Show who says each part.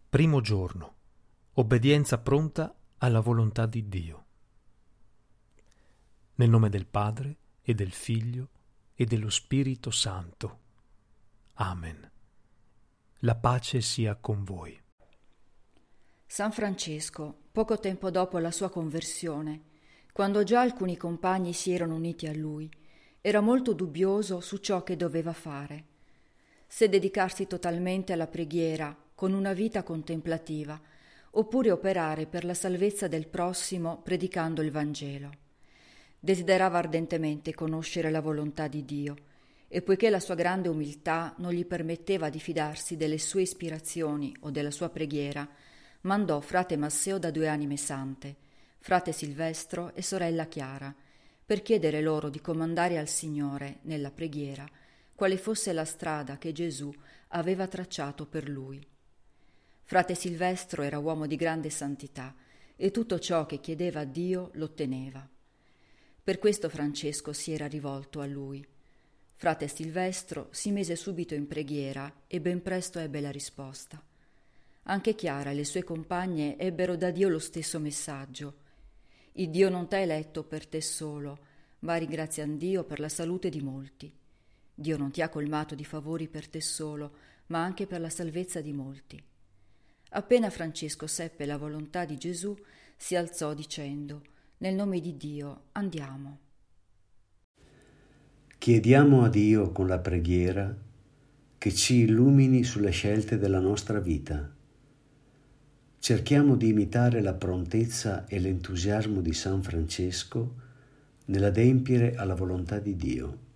Speaker 1: Primo giorno. Obbedienza pronta alla volontà di Dio. Nel nome del Padre e del Figlio e dello Spirito Santo. Amen. La pace sia con voi.
Speaker 2: San Francesco, poco tempo dopo la sua conversione, quando già alcuni compagni si erano uniti a lui, era molto dubbioso su ciò che doveva fare. Se dedicarsi totalmente alla preghiera con una vita contemplativa, oppure operare per la salvezza del prossimo predicando il Vangelo. Desiderava ardentemente conoscere la volontà di Dio, e poiché la sua grande umiltà non gli permetteva di fidarsi delle sue ispirazioni o della sua preghiera, mandò frate Masseo da 2 anime sante, frate Silvestro e sorella Chiara, per chiedere loro di comandare al Signore, nella preghiera, quale fosse la strada che Gesù aveva tracciato per lui. Frate Silvestro era uomo di grande santità e tutto ciò che chiedeva a Dio l'otteneva. Per questo Francesco si era rivolto a lui. Frate Silvestro si mise subito in preghiera e ben presto ebbe la risposta. Anche Chiara e le sue compagne ebbero da Dio lo stesso messaggio. Il Dio non t'ha eletto per te solo, ma ringrazian Dio per la salute di molti. Dio non ti ha colmato di favori per te solo, ma anche per la salvezza di molti. Appena Francesco seppe la volontà di Gesù, si alzò dicendo: «Nel nome di Dio, andiamo».
Speaker 3: Chiediamo a Dio con la preghiera che ci illumini sulle scelte della nostra vita. Cerchiamo di imitare la prontezza e l'entusiasmo di San Francesco nell'adempiere alla volontà di Dio.